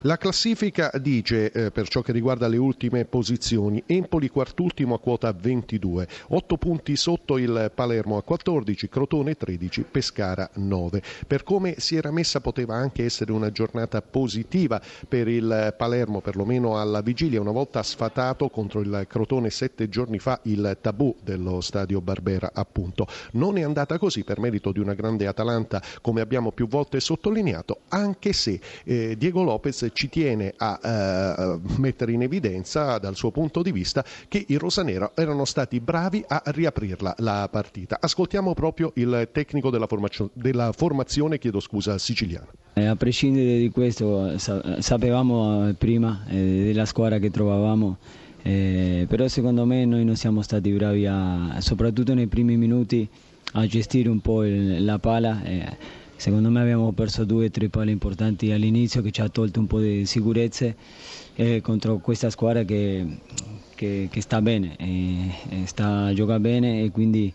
La classifica dice, per ciò che riguarda le ultime posizioni, Empoli quartultimo a quota 22, 8 punti sotto il Palermo a 14, Crotone 13, Pescara 9. Per come si era messa poteva anche essere una giornata positiva per il Palermo, perlomeno alla vigilia, una volta sfatato contro il Crotone 7 giorni fa il tabù dello stadio Barbera, appunto. Non è andata così per merito di una grande Atalanta, come abbiamo più volte sottolineato, anche se Diego Lopez ci tiene a mettere in evidenza dal suo punto di vista che i rosanero erano stati bravi a riaprirla la partita. Ascoltiamo proprio il tecnico della formazione siciliana. A prescindere di questo sapevamo prima della squadra che trovavamo, però secondo me noi non siamo stati bravi soprattutto nei primi minuti a gestire un po' la palla. Secondo me abbiamo perso 2 o 3 palle importanti all'inizio che ci ha tolto un po' di sicurezze contro questa squadra che sta bene, gioca bene e quindi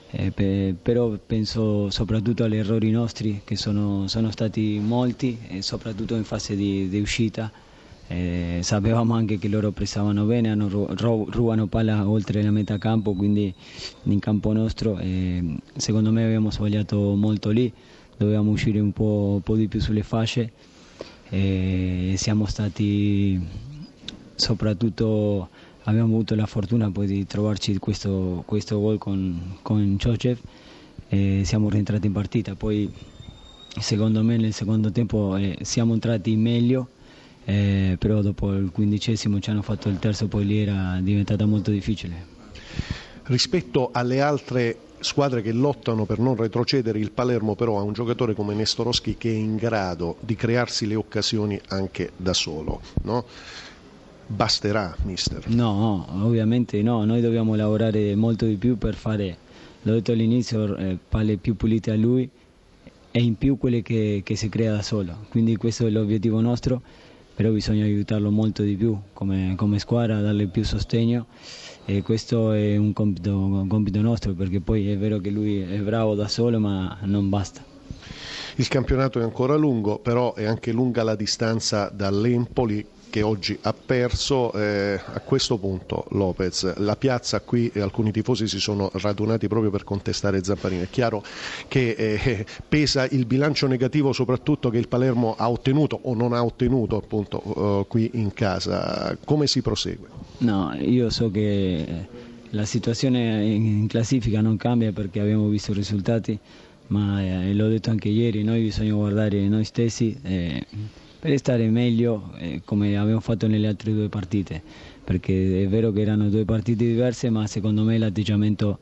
però penso soprattutto agli errori nostri che sono stati molti e soprattutto in fase di uscita. Sapevamo anche che loro pressavano bene, rubano palla oltre la metà campo, quindi in campo nostro secondo me abbiamo sbagliato molto lì. Dovevamo uscire un po' di più sulle fasce e siamo stati, soprattutto abbiamo avuto la fortuna poi di trovarci questo gol con Chochev e siamo rientrati in partita. Poi secondo me nel secondo tempo siamo entrati meglio, però dopo il 15° ci hanno fatto il terzo, poi lì era diventata molto difficile. Rispetto alle altre squadre che lottano per non retrocedere, il Palermo però ha un giocatore come Nestorowski che è in grado di crearsi le occasioni anche da solo, no? Basterà, mister? No, ovviamente no, noi dobbiamo lavorare molto di più per fare, l'ho detto all'inizio, palle più pulite a lui e in più quelle che si crea da solo, quindi questo è l'obiettivo nostro, però bisogna aiutarlo molto di più come squadra, darle più sostegno. E questo è un compito nostro, perché poi è vero che lui è bravo da solo ma non basta. Il campionato è ancora lungo, però è anche lunga la distanza dall'Empoli che oggi ha perso. A questo punto, Lopez, la piazza qui e alcuni tifosi si sono radunati proprio per contestare Zamparini. È chiaro che pesa il bilancio negativo soprattutto che il Palermo ha ottenuto o non ha ottenuto appunto qui in casa. Come si prosegue? No, io so che la situazione in classifica non cambia perché abbiamo visto i risultati, ma l'ho detto anche ieri, noi bisogna guardare noi stessi per stare meglio come abbiamo fatto nelle altre 2 partite, perché è vero che erano 2 partite diverse, ma secondo me l'atteggiamento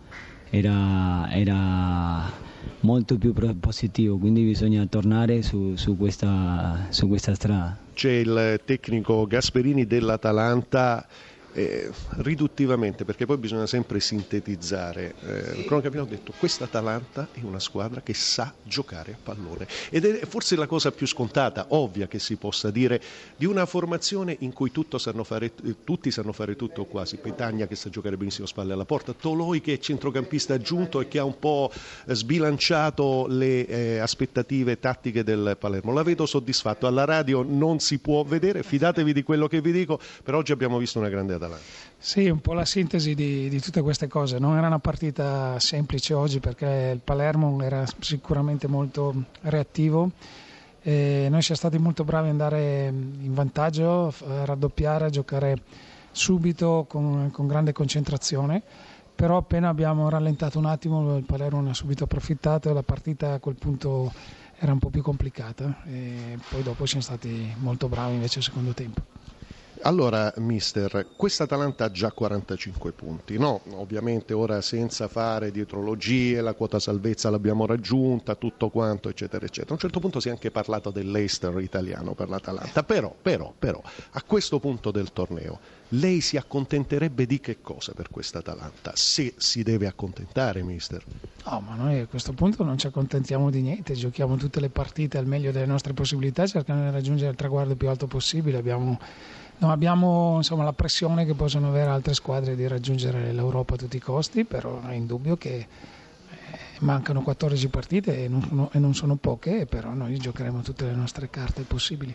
era molto più positivo, quindi bisogna tornare su questa strada. C'è il tecnico Gasperini dell'Atalanta. Riduttivamente, perché poi bisogna sempre sintetizzare, il cronacapiano ha detto questa Atalanta è una squadra che sa giocare a pallone ed è forse la cosa più scontata, ovvia che si possa dire di una formazione in cui tutti sanno fare tutto quasi. Petagna che sa giocare benissimo spalle alla porta, Toloi che è centrocampista aggiunto e che ha un po' sbilanciato le aspettative tattiche del Palermo. La vedo soddisfatto, alla radio non si può vedere, fidatevi di quello che vi dico, per oggi abbiamo visto una grande Atalanta. Sì, un po' la sintesi di tutte queste cose. Non era una partita semplice oggi perché il Palermo era sicuramente molto reattivo e noi siamo stati molto bravi ad andare in vantaggio, a raddoppiare, a giocare subito con grande concentrazione, però appena abbiamo rallentato un attimo il Palermo ne ha subito approfittato e la partita a quel punto era un po' più complicata e poi dopo siamo stati molto bravi invece al secondo tempo. Allora, mister, questa Atalanta ha già 45 punti, no? Ovviamente ora senza fare dietrologie, la quota salvezza l'abbiamo raggiunta, tutto quanto, eccetera, eccetera. A un certo punto si è anche parlato dell'Leicester italiano per l'Atalanta, però, a questo punto del torneo, lei si accontenterebbe di che cosa per questa Atalanta? Se si deve accontentare, mister? No, ma noi a questo punto non ci accontentiamo di niente, giochiamo tutte le partite al meglio delle nostre possibilità, cercando di raggiungere il traguardo più alto possibile. Non abbiamo insomma, la pressione che possono avere altre squadre di raggiungere l'Europa a tutti i costi, però è indubbio che mancano 14 partite e non sono poche, però noi giocheremo tutte le nostre carte possibili.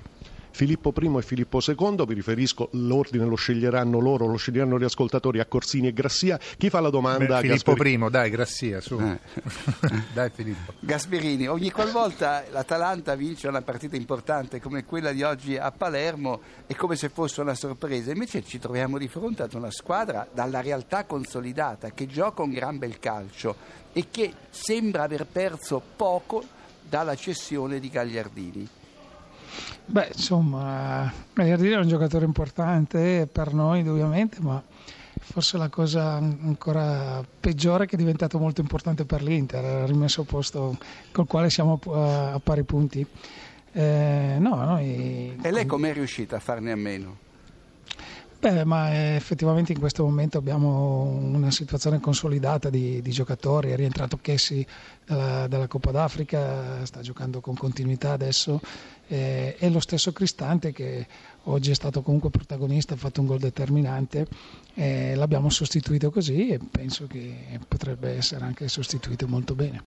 Filippo I e Filippo II, vi riferisco, l'ordine lo sceglieranno loro, lo sceglieranno gli ascoltatori, a Corsini e Grassia. Chi fa la domanda? Filippo I, dai, Grassia, su. Dai Filippo. Gasperini, ogni qualvolta l'Atalanta vince una partita importante come quella di oggi a Palermo è come se fosse una sorpresa, invece ci troviamo di fronte ad una squadra dalla realtà consolidata che gioca un gran bel calcio e che sembra aver perso poco dalla cessione di Gagliardini. Beh, insomma, Gagliardini è un giocatore importante per noi indubbiamente, ma forse la cosa ancora peggiore è che è diventato molto importante per l'Inter, ha rimesso a posto col quale siamo a pari punti. E lei com'è riuscita a farne a meno? Beh, ma effettivamente in questo momento abbiamo una situazione consolidata di giocatori. È rientrato Kessi dalla Coppa d'Africa, sta giocando con continuità adesso, e lo stesso Cristante, che oggi è stato comunque protagonista, ha fatto un gol determinante, l'abbiamo sostituito così e penso che potrebbe essere anche sostituito molto bene.